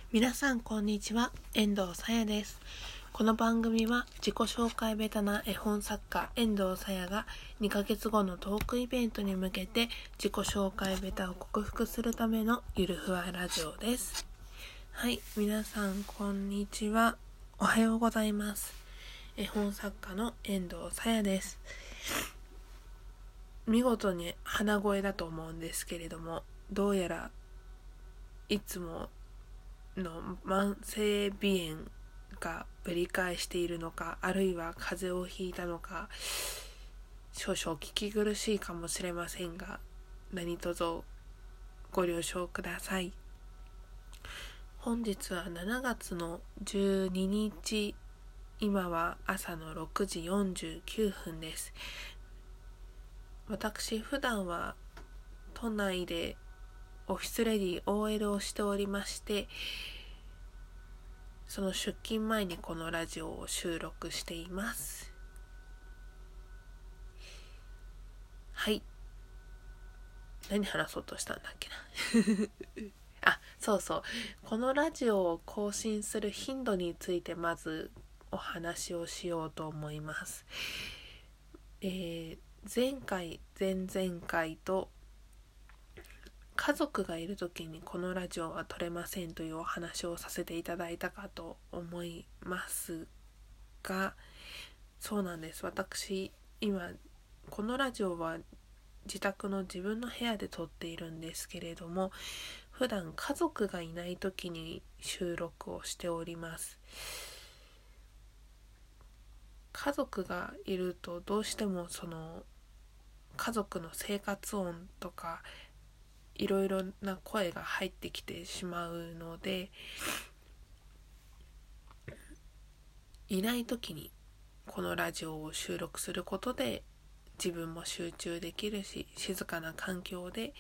皆さんこんにちは、遠藤さやです。この番組は自己紹介ベタな絵本作家遠藤さやが2ヶ月後のトークイベントに向けて自己紹介ベタを克服するためのゆるふわラジオです。はい、皆さんこんにちは、おはようございます。絵本作家の遠藤さやです。見事に鼻声だと思うんですけれども、どうやらいつもの慢性鼻炎がぶり返しているのか、あるいは風邪をひいたのか、少々聞き苦しいかもしれませんが、何卒ご了承ください。本日は7月の12日、今は朝の6時49分です。私普段は都内でオフィスレディ OL をしておりまして、その出勤前にこのラジオを収録しています。はい。何話そうとしたんだっけなそうそう。このラジオを更新する頻度についてまずお話をしようと思います。前回、前々回と家族がいる時にこのラジオは撮れませんというお話をさせていただいたかと思いますが、そうなんです。私今このラジオは自宅の自分の部屋で撮っているんですけれども、普段家族がいない時に収録をしております。家族がいるとどうしてもその家族の生活音とかいろいろな声が入ってきてしまうので、いない時にこのラジオを収録することで自分も集中できるし、静かな環境で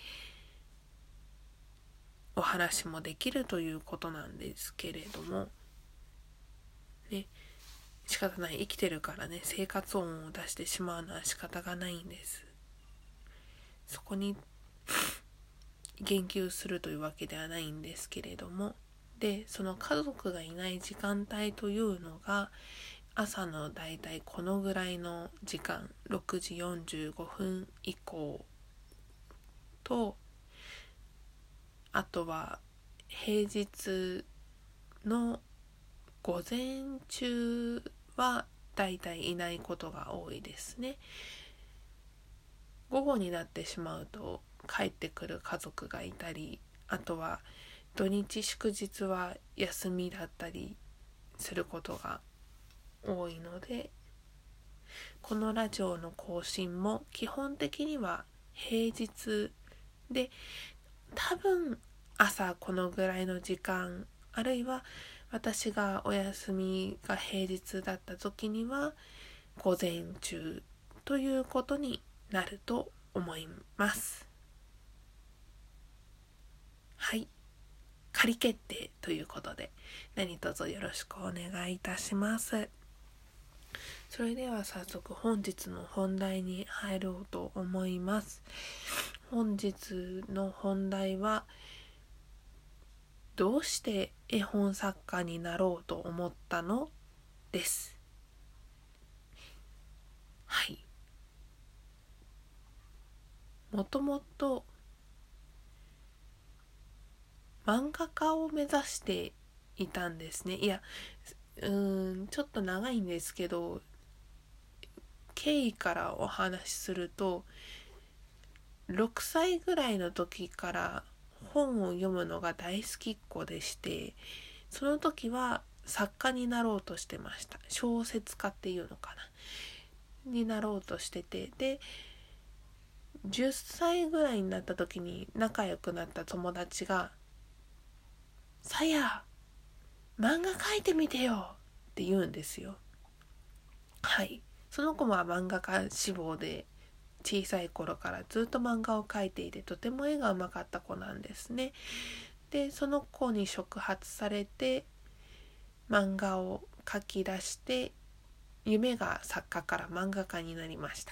お話もできるということなんですけれどもね、仕方ない、生きてるからね、生活音を出してしまうのは仕方がないんです。そこに言及するというわけではないんですけれども、でその家族がいない時間帯というのが朝のだいたいこのぐらいの時間、6時45分以降と、あとは平日の午前中はだいたいいないことが多いですね。午後になってしまうと帰ってくる家族がいたり、あとは土日祝日は休みだったりすることが多いので、このラジオの更新も基本的には平日で、多分朝このぐらいの時間、あるいは私がお休みが平日だった時には午前中ということになると思います。はい、仮決定ということで何卒よろしくお願いいたします。それでは早速本日の本題に入ろうと思います。本日の本題は、どうして絵本作家になろうと思ったのです。はい。もともと漫画家を目指していたんですね。ちょっと長いんですけど、経緯からお話しすると、6歳ぐらいの時から本を読むのが大好きっ子でして、その時は作家になろうとしてました。小説家っていうのかなになろうとしてて、で10歳ぐらいになった時に仲良くなった友達が、さや漫画描いてみてよって言うんですよ。はい、その子は漫画家志望で、小さい頃からずっと漫画を描いていて、とても絵がうまかった子なんですね。でその子に触発されて漫画を描き出して、夢が作家から漫画家になりました。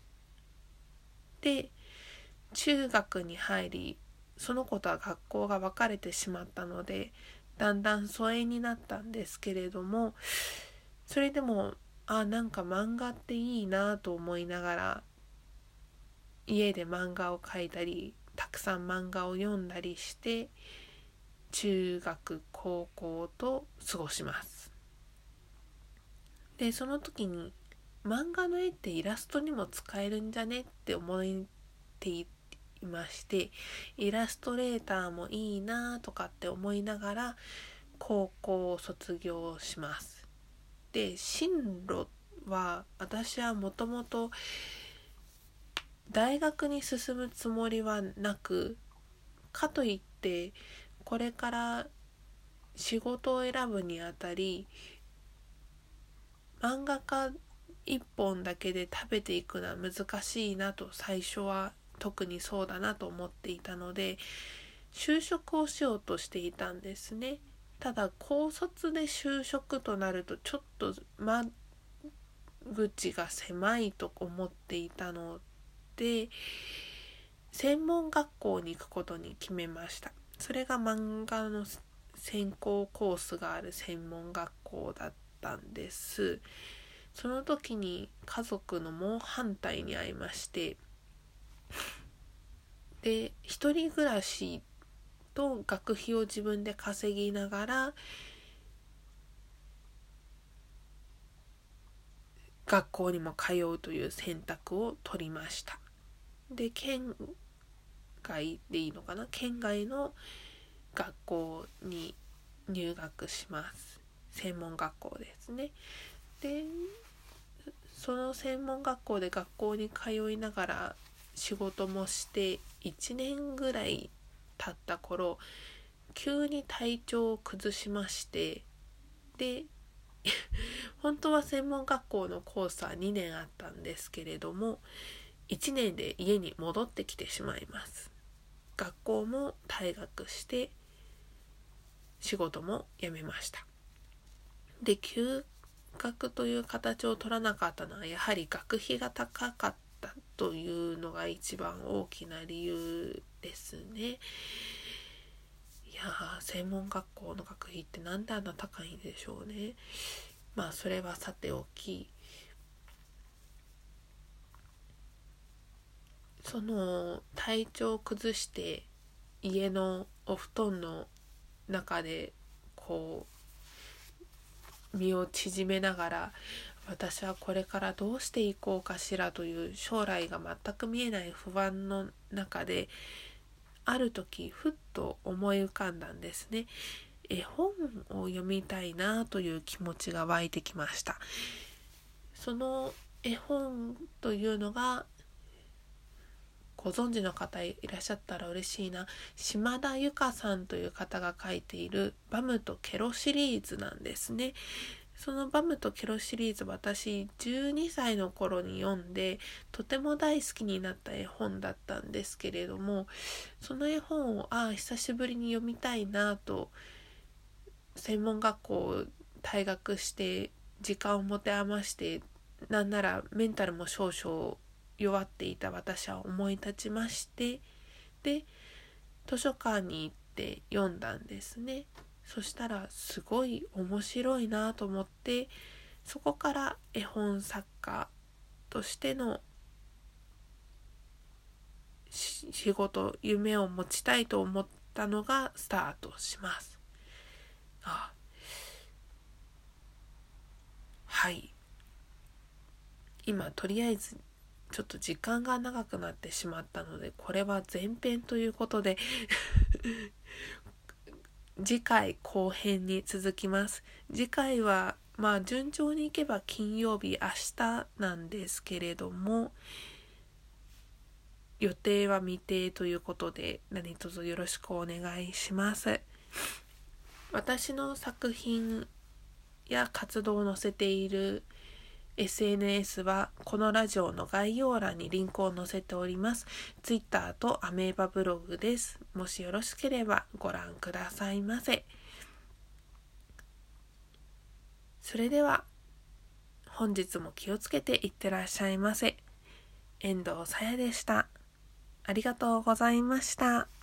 で中学に入り、その子とは学校が分かれてしまったので、 だんだん疎遠になったんですけれども、それでもなんか漫画っていいなと思いながら家で漫画を描いたり、たくさん漫画を読んだりして中学高校と過ごします。でその時に漫画の絵ってイラストにも使えるんじゃねって思っていまして、イラストレーターもいいなとかって思いながら高校を卒業します。で進路は、私はもともと大学に進むつもりはなく、かといってこれから仕事を選ぶにあたり漫画家一本だけで食べていくのは難しいなと、最初は特にそうだなと思っていたので就職をしようとしていたんですね。ただ高卒で就職となるとちょっと間口が狭いと思っていたので、専門学校に行くことに決めました。それが漫画の専攻コースがある専門学校だったんです。その時に家族の猛反対に遭いまして、で一人暮らしと学費を自分で稼ぎながら学校にも通うという選択を取りました。で県外でいいのかな、県外の学校に入学します。専門学校ですね。でその専門学校で学校に通いながら仕事もして1年ぐらい経った頃、急に体調を崩しまして、で本当は専門学校のコースは2年あったんですけれども、1年で家に戻ってきてしまいます。学校も退学して仕事も辞めました。で休学という形を取らなかったのはやはり学費が高かったというのが一番大きな理由ですね。いや専門学校の学費ってなんであんな高いんでしょうね。まあそれはさておき、その体調を崩して家のお布団の中でこう身を縮めながら、私はこれからどうしていこうかしらという将来が全く見えない不安の中で、ある時ふっと思い浮かんだんですね。絵本を読みたいなという気持ちが湧いてきました。その絵本というのが、ご存知の方いらっしゃったら嬉しいな、島田由香さんという方が書いているバムとケロシリーズなんですね。そのバムとケロシリーズ、私12歳の頃に読んでとても大好きになった絵本だったんですけれども、その絵本を久しぶりに読みたいなと、専門学校を退学して時間を持て余して、なんならメンタルも少々弱っていた私は思い立ちまして、で図書館に行って読んだんですね。そしたらすごい面白いなと思って、そこから絵本作家としての仕事、夢を持ちたいと思ったのがスタートします。はい、今とりあえずちょっと時間が長くなってしまったので、これは前編ということで次回後編に続きます。次回は順調にいけば金曜日、明日なんですけれども、予定は未定ということで何卒よろしくお願いします。私の作品や活動を載せているSNS はこのラジオの概要欄にリンクを載せております。Twitter とアメーバブログです。もしよろしければご覧くださいませ。それでは本日も気をつけていってらっしゃいませ。遠藤さやでした。ありがとうございました。